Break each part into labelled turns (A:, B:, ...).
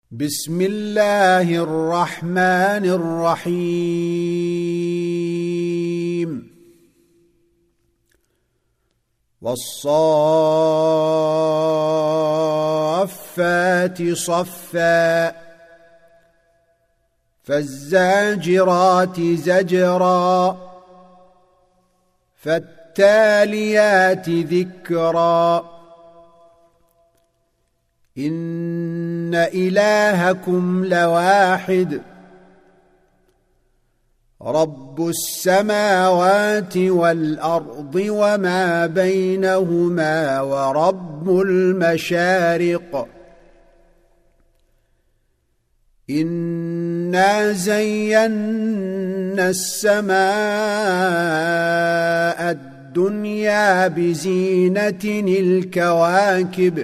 A: بسم الله الرحمن الرحيم والصافات صفا فالزاجرات زجرا فالتاليات ذكرا إن إلهكم لواحد رب السماوات والأرض وما بينهما ورب المشارق إنا زينا السماء الدنيا بزينة الكواكب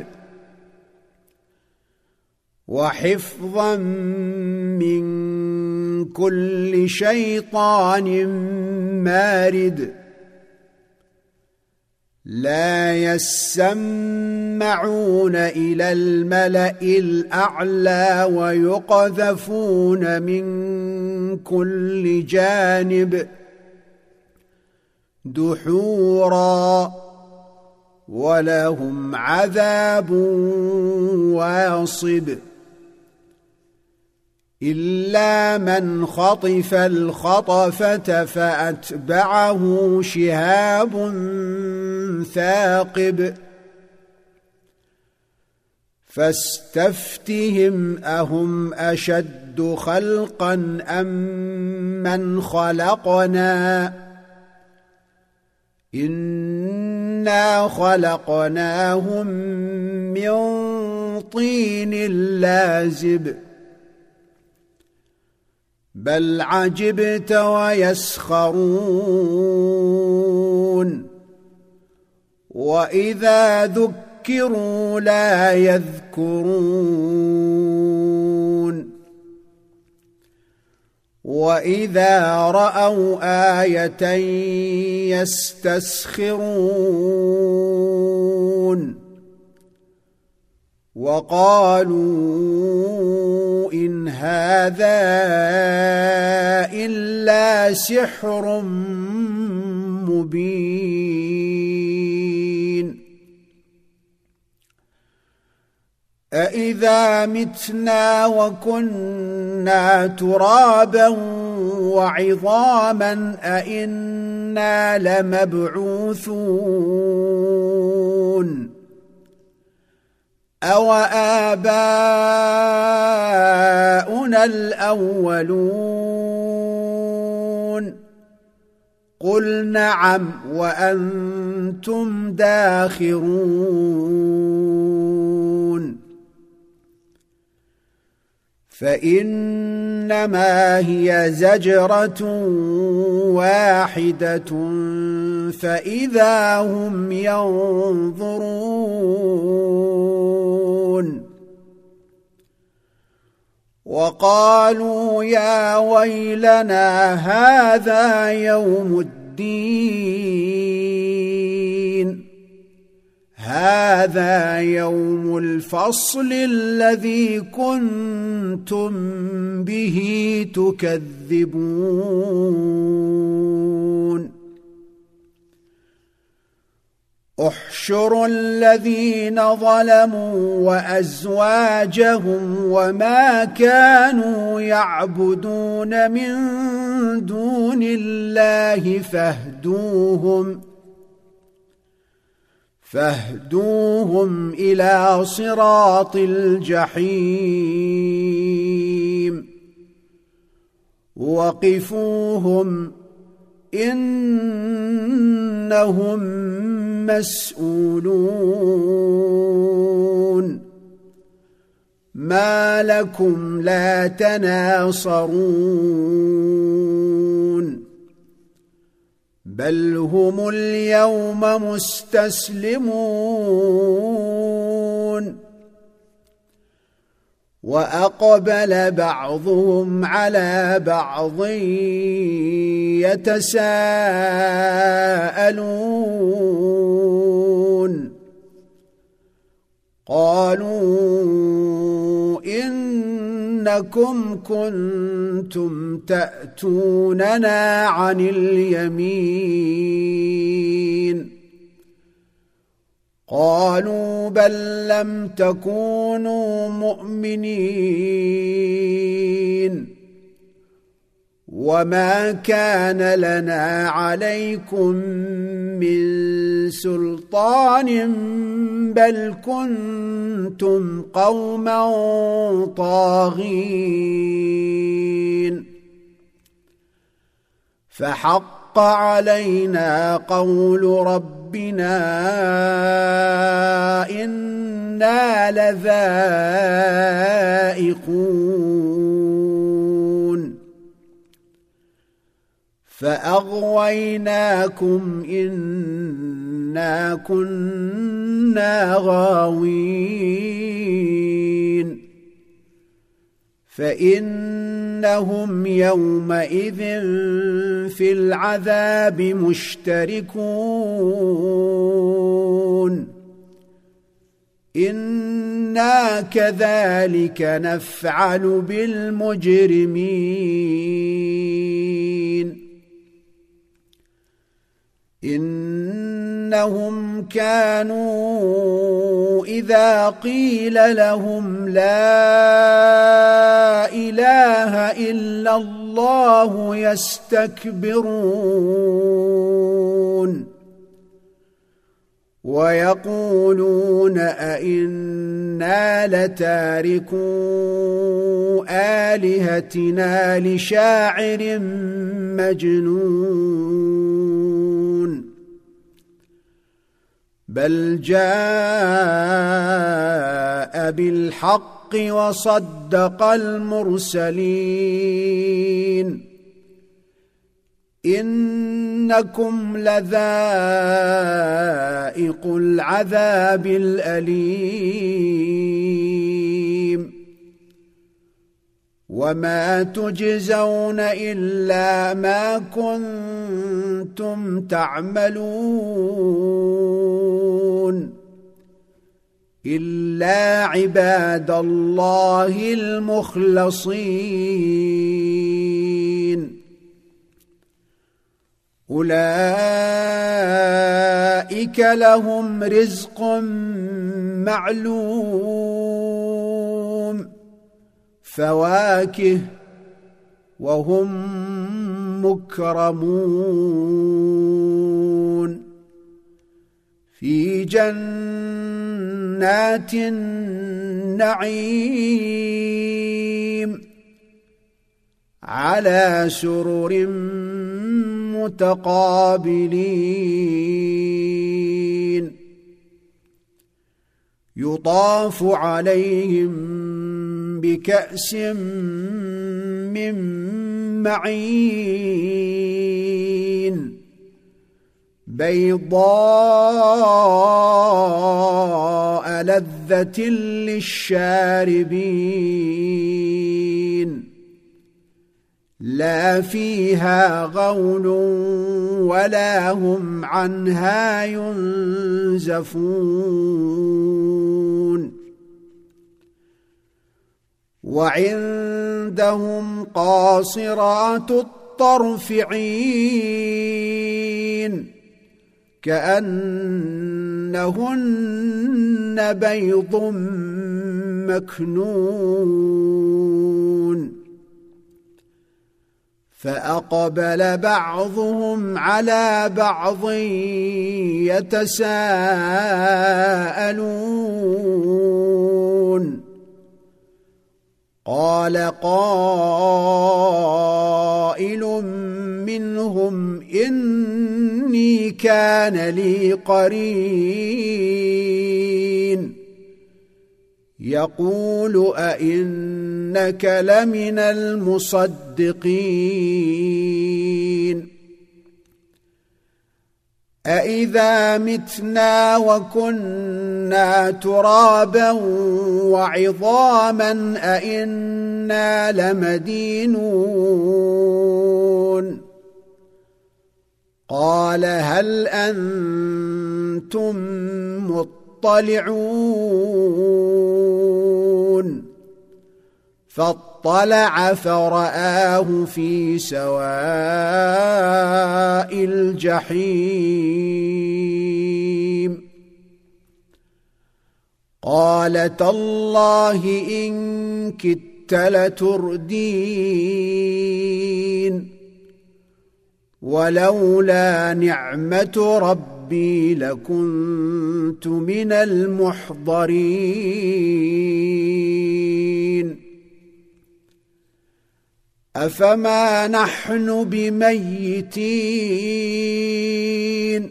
A: وحفظا من كل شيطان مارد لا يسمعون إلى الملأ الأعلى ويقذفون من كل جانب دحورا ولهم عذاب واصب إلا من خطف الخطفة فأتبعه شهاب ثاقب فاستفتهم أهم أشد خلقا أم من خلقنا إنا خلقناهم من طين لازب بل عجبت ويسخرون وإذا ذكروا لا يذكرون وإذا رأوا آية يستسخرون وقالوا إن هذا إلا سحر مبين أإذا متنا وكنا ترابا وعظاما أإنا لمبعوثون أو آباؤنا الأولون قل نعم وأنتم داخرون فإنما هي زجرة واحدة فإذا هم ينظرون وقالوا يا ويلنا هذا يوم الدين هذا يوم الفصل الذي كنتم به تكذبون احشروا الذين ظلموا وأزواجهم وما كانوا يعبدون من دون الله فاهدوهم إلى صراط الجحيم وقفوهم إنهم مسؤولون ما لكم لا تناصرون بل هم اليوم مستسلمون وأقبل بعضهم على بعض يتساءلون قالوا إن إنكم كنتم تأتوننا عن اليمين قالوا بل لم تكونوا مؤمنين وما كان لنا عليكم من سلطان بل كنتم قوما طاغين فحق علينا قول ربنا إنا لذائقون فأغويناكم إنا كنا غاوين فإنهم يومئذ في العذاب مشتركون إنا كذلك نفعل بالمجرمين إنهم كانوا إذا قيل لهم لا إله إلا الله يستكبرون ويقولون أئنا لتاركو آلهتنا لشاعر مجنون بل جاء بالحق وصدق المرسلين إنكم لذائق العذاب الأليم وما تجزون إلا ما كنتم تعملون إلا عباد الله المخلصين أولئك لهم رزق معلوم فواكه وهم مكرمون في جنات النعيم على سرر متقابلين يطاف عليهم بكأس من معين بيضاء لذة للشاربين لا فيها غول ولا هم عنها ينزفون وعندهم قاصرات الطرف عين كأنهن بيض مكنون فأقبل بعضهم على بعض يتساءلون قال قائل منهم إني كان لي قرين يقول أئنك لمن المصدقين أإذا متنا وكنا ترابا وعظاما أئنا لمدينون قال هل أنتم مطلعون فاطلع فرآه في سواء الجحيم قال تالله إن كدت لتردين ولولا نعمة ربي لكنت من المحضرين أفما نحن بميتين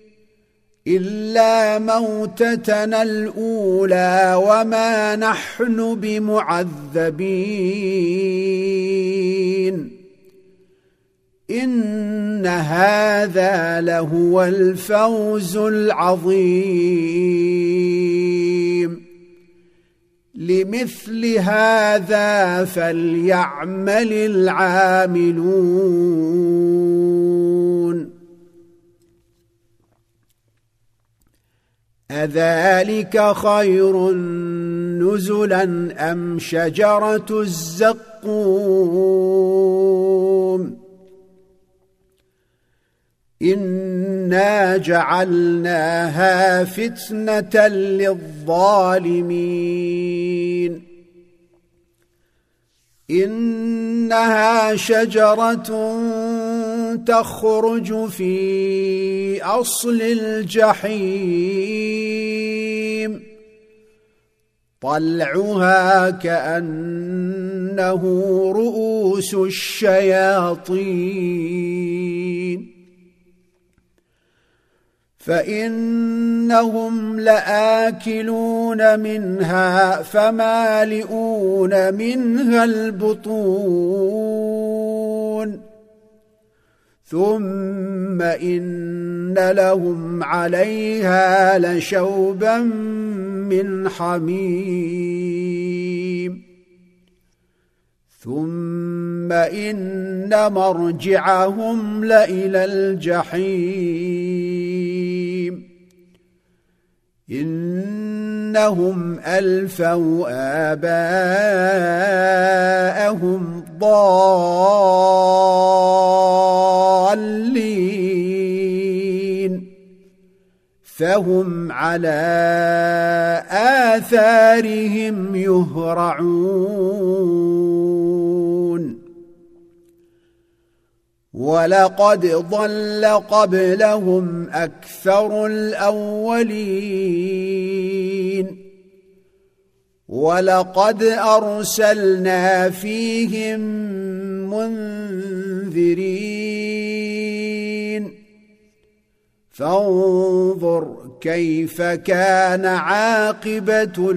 A: إلا موتتنا الأولى وما نحن بمعذبين إن هذا لهو الفوز العظيم لمثل هذا فليعمل العاملون أذلك خير نزلا أم شجرة الزقوم إنا جعلناها فتنة للظالمين إنها شجرة تخرج في أصل الجحيم طلعها كأنه رؤوس الشياطين فإنهم لآكلون منها فمالئون منها البطون ثم إن لهم عليها لشوبا من حميم ثم إن مرجعهم لإلى الجحيم إنهم ألفوا آباءهم ضالين فهم على آثارهم يهرعون ولقد ضل قبلهم أكثر الأولين ولقد أرسلنا فيهم منذرين فانظر كيف كان عاقبة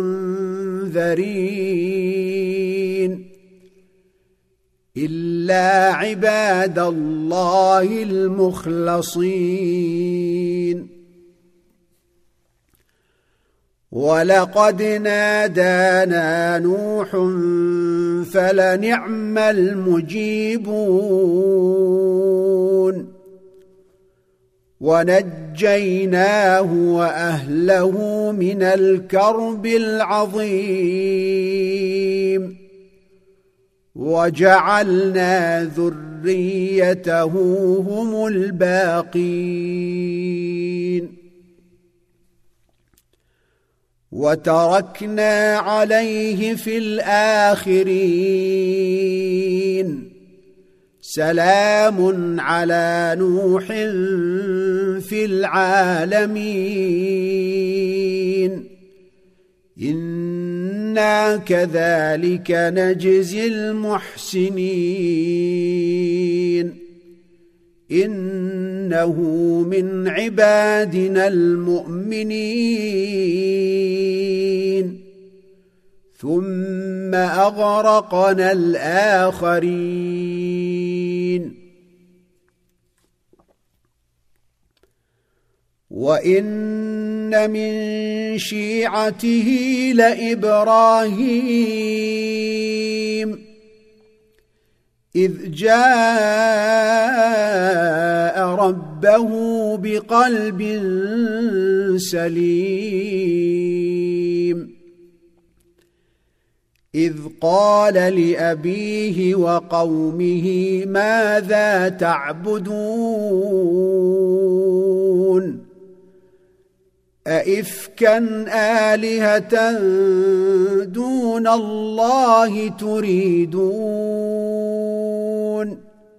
A: المنذرين إلا عباد الله المخلصين ولقد نادانا نوح فلنعم المجيبون ونجيناه وأهله من الكرب العظيم وجعلنا ذريته هم الباقين وتركنا عليه في الآخرين سلام على نوح في العالمين إنا كذلك نجزي المحسنين إنه من عبادنا المؤمنين ثم أغرقنا الآخرين وإن من شيعته لإبراهيم إذ جاء ربه بقلب سليم إذ قال لأبيه وقومه ماذا تعبدون أئفكا آلهة دون الله تريدون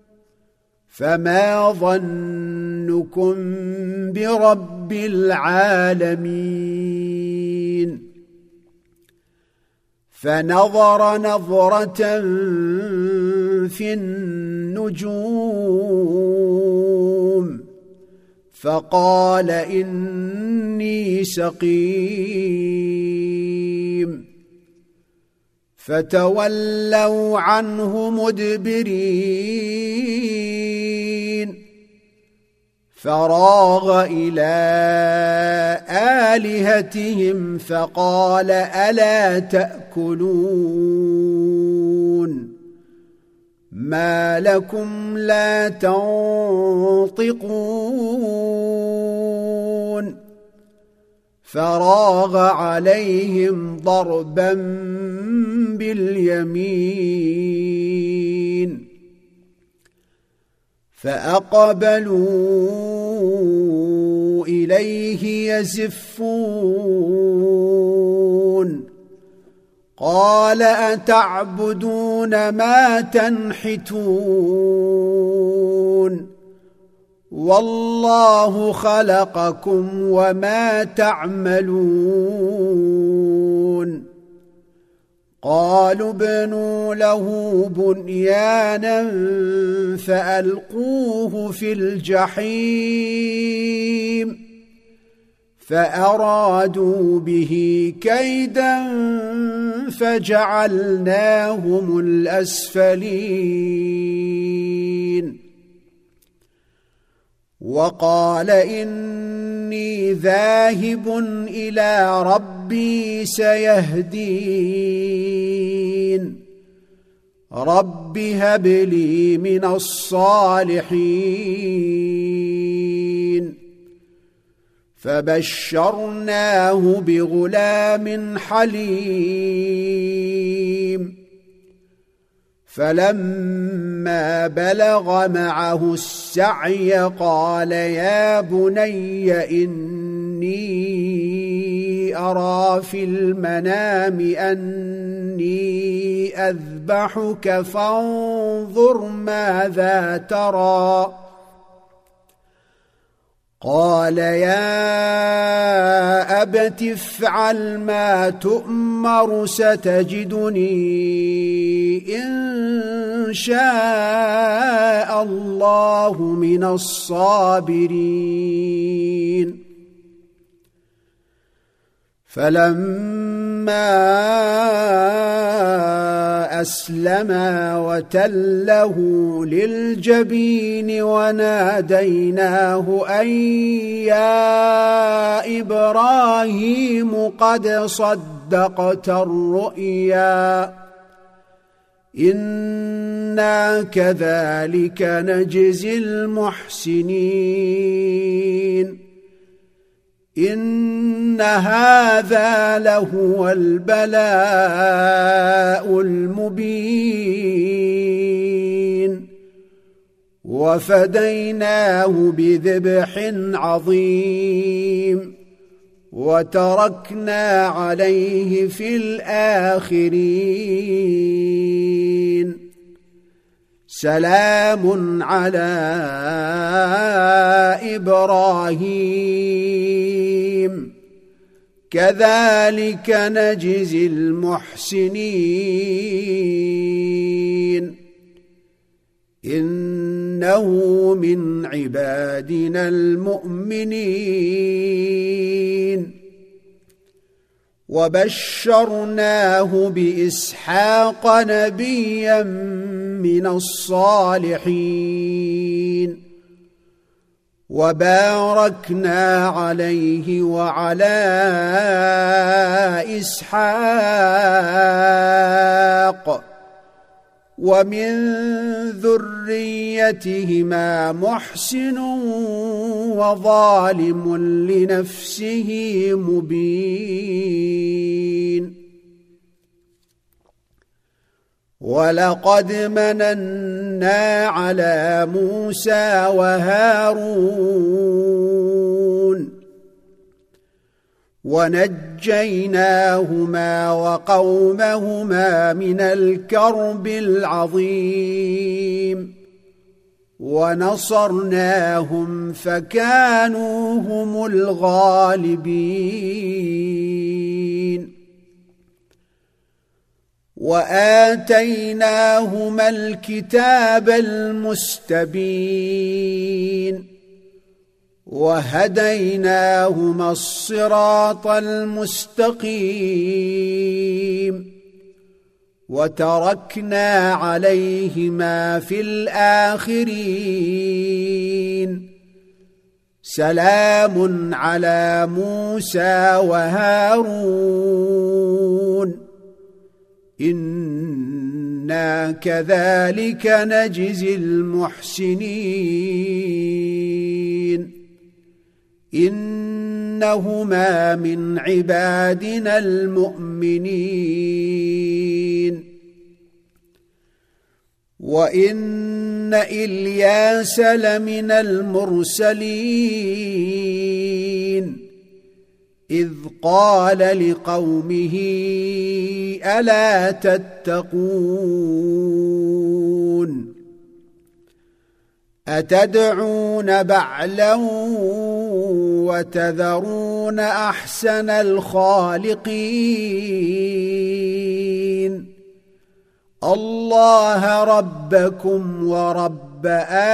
A: فما ظنكم برب العالمين فنظر نظرة في النجوم فقال إني سقيم فتولوا عنه مدبرين فراغ إلى آلهتهم فقال ألا تأكلون ما لكم لا تنطقون فراغ عليهم ضربا باليمين فأقبلوا إليه يزفون قال أتعبدون ما تنحتون والله خلقكم وما تعملون قالوا ابنوا له بنيانا فألقوه في الجحيم فأرادوا به كيدا فجعلناهم الأسفلين وقال إني ذاهب إلى ربي سيهدين رب هب لي من الصالحين فبشرناه بغلام حليم فلما بلغ معه السعي قال يا بني إني أرى في المنام أني أذبحك فانظر ماذا ترى قال يا أبت افعل ما تؤمر ستجدني إن شاء الله من الصابرين فلما أسلما وتله للجبين وناديناه أن يا إبراهيم قد صدقت الرؤيا إنا كذلك نجزي المحسنين إن هذا لهو البلاء المبين وفديناه بذبح عظيم وتركنا عليه في الآخرين سلام على إبراهيم كذلك نجزي المحسنين إنه من عبادنا المؤمنين وبشرناه بإسحاق نبيا من الصالحين وباركنا عليه وعلى إسحاق ومن ذريتهما محسن وظالم لنفسه مبين ولقد مننا على موسى وهارون ونجيناهما وقومهما من الكرب العظيم ونصرناهم فكانوا هم الغالبين وآتيناهما الكتاب المستبين وهديناهما الصراط المستقيم وتركنا عليهما في الآخرين سلام على موسى وهارون إنا كذلك نجزي المحسنين إنهما من عبادنا المؤمنين وإن إلياس لمن المرسلين إذ قال لقومه ألا تتقون أتدعون بعلا وتذرون أحسن الخالقين الله ربكم ورب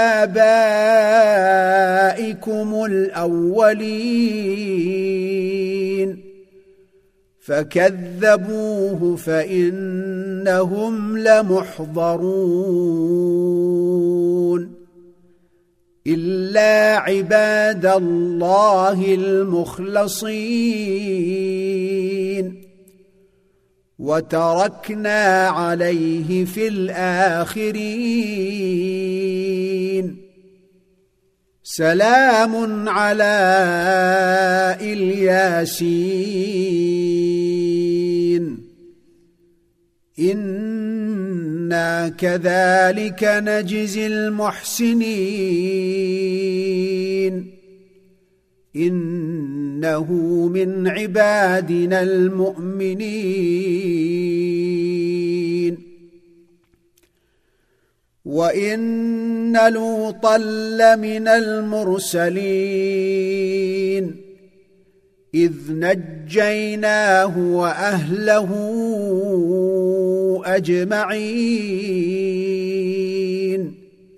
A: آبائكم الأولين فكذبوه فإنهم لمحضرون إلا عباد الله المخلصين وتركنا عليه في الآخرين سلام على الياسين إنا كذلك نجزي المحسنين إنه من عبادنا المؤمنين وإن لوطا لمن المرسلين إذ نجيناه وأهله أجمعين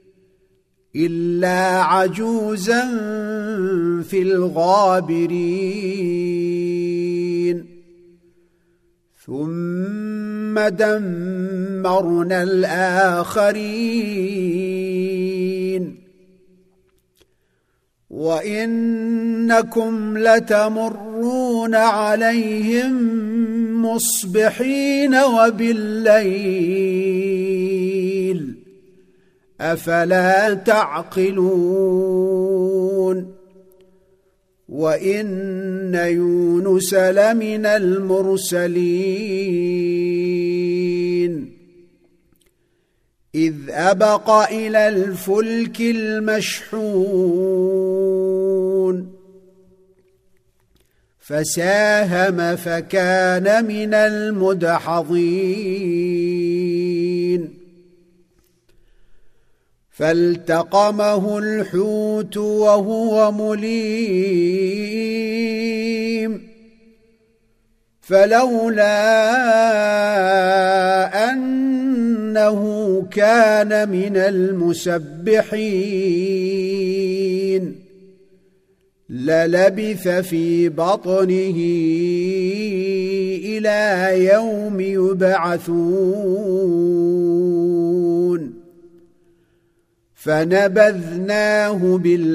A: إلا عجوزا في الغابرين ثم دمرنا الآخرين وإنكم لتمرون عليهم مصبحين وبالليل أفلا تعقلون وإن يونس لمن المرسلين إذ أبق إلى الفلك المشحون فساهم فكان من المدحضين فالتقمه الحوت وهو مليم فلولا أنه كان من المسبحين للبث في بطنه إلى يوم يبعثون فنبذناه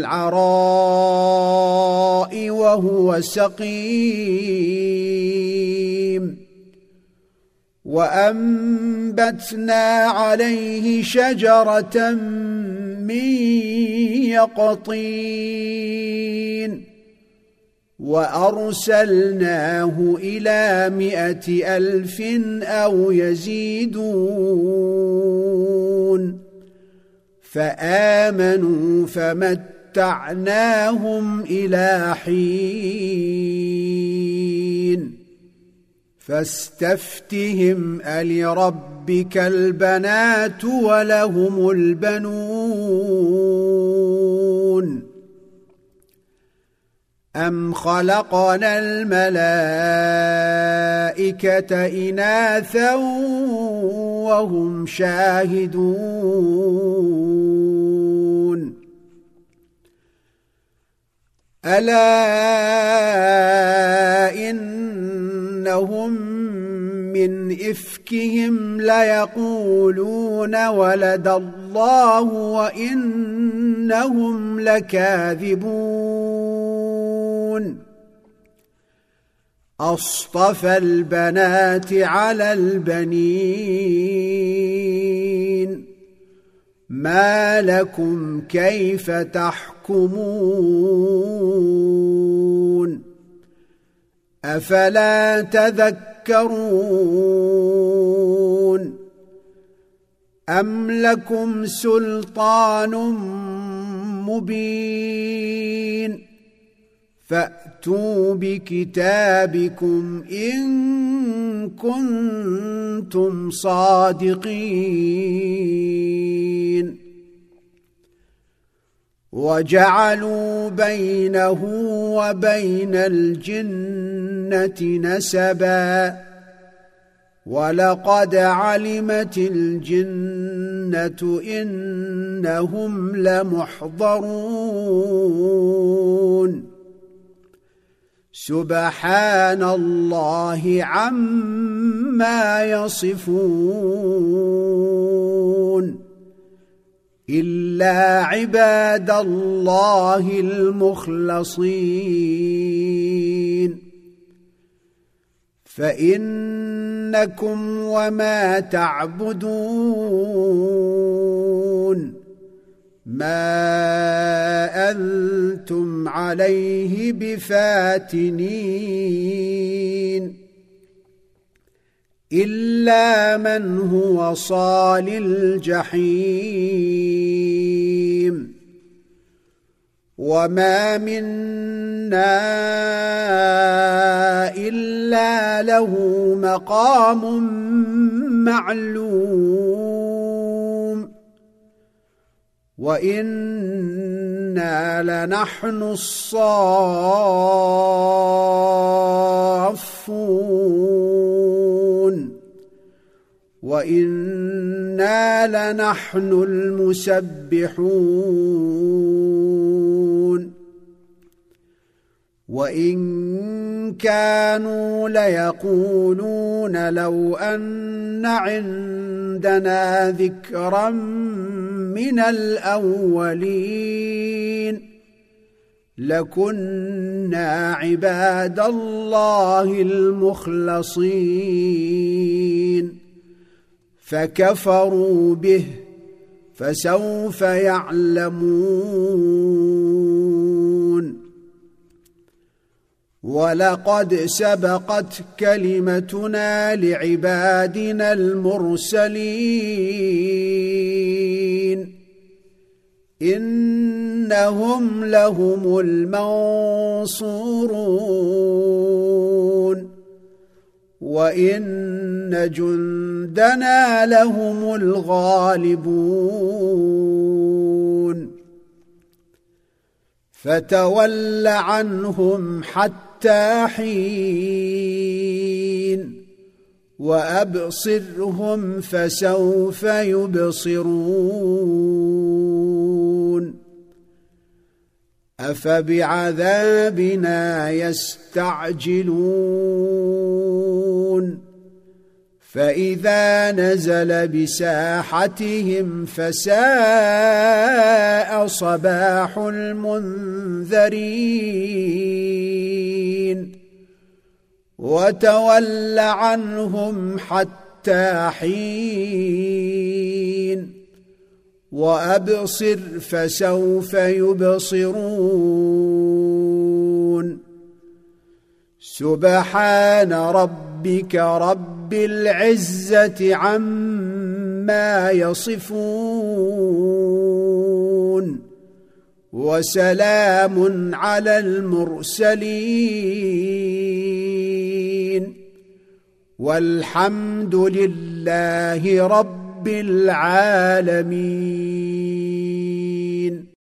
A: بالعراء وهو سقيم وأنبتنا عليه شجرة من يقطين وأرسلناه إلى 100,000 أو يزيدون فآمنوا فمتعناهم إلى حين فاستفتهم ألربك البنات ولهم البنون أم خلقنا الملائكة إناثا وهم شاهدون ألا إنهم من إفكهم ليقولون ولد الله وإنهم لكاذبون أصطفى البنات على البنين ما لكم كيف تحكمون أفلا تذكرون أم لكم سلطان مبين فأتوا بكتابكم إن كنتم صادقين وجعلوا بينه وبين الجنة نسبا ولقد علمت الجنة إنهم لمحضرون سبحان الله عما يصفون إلا عباد الله المخلصين فإنكم وما تعبدون ما أنتم عليه بفاتنين إلا من هو صال الجحيم وما منا إلا له مقام معلوم وإنا لنحن الصافون وإنا لنحن المسبحون وإن كانوا ليقولون لو أن عندنا ذكرا من الأولين لكنا عباد الله المخلصين فكفروا به فسوف يعلمون ولقد سبقت كلمتنا لعبادنا المرسلين إنهم لهم المنصورون وإن جندنا لهم الغالبون فتول عنهم حتى حين وأبصرهم فسوف يبصرون أفبعذابنا يستعجلون فإذا نزل بساحتهم فساء صباح المنذرين وتول عنهم حتى حين وأبصر فسوف يبصرون سبحان ربك رب العزة عما يصفون وسلام على المرسلين والحمد لله رب العالمين.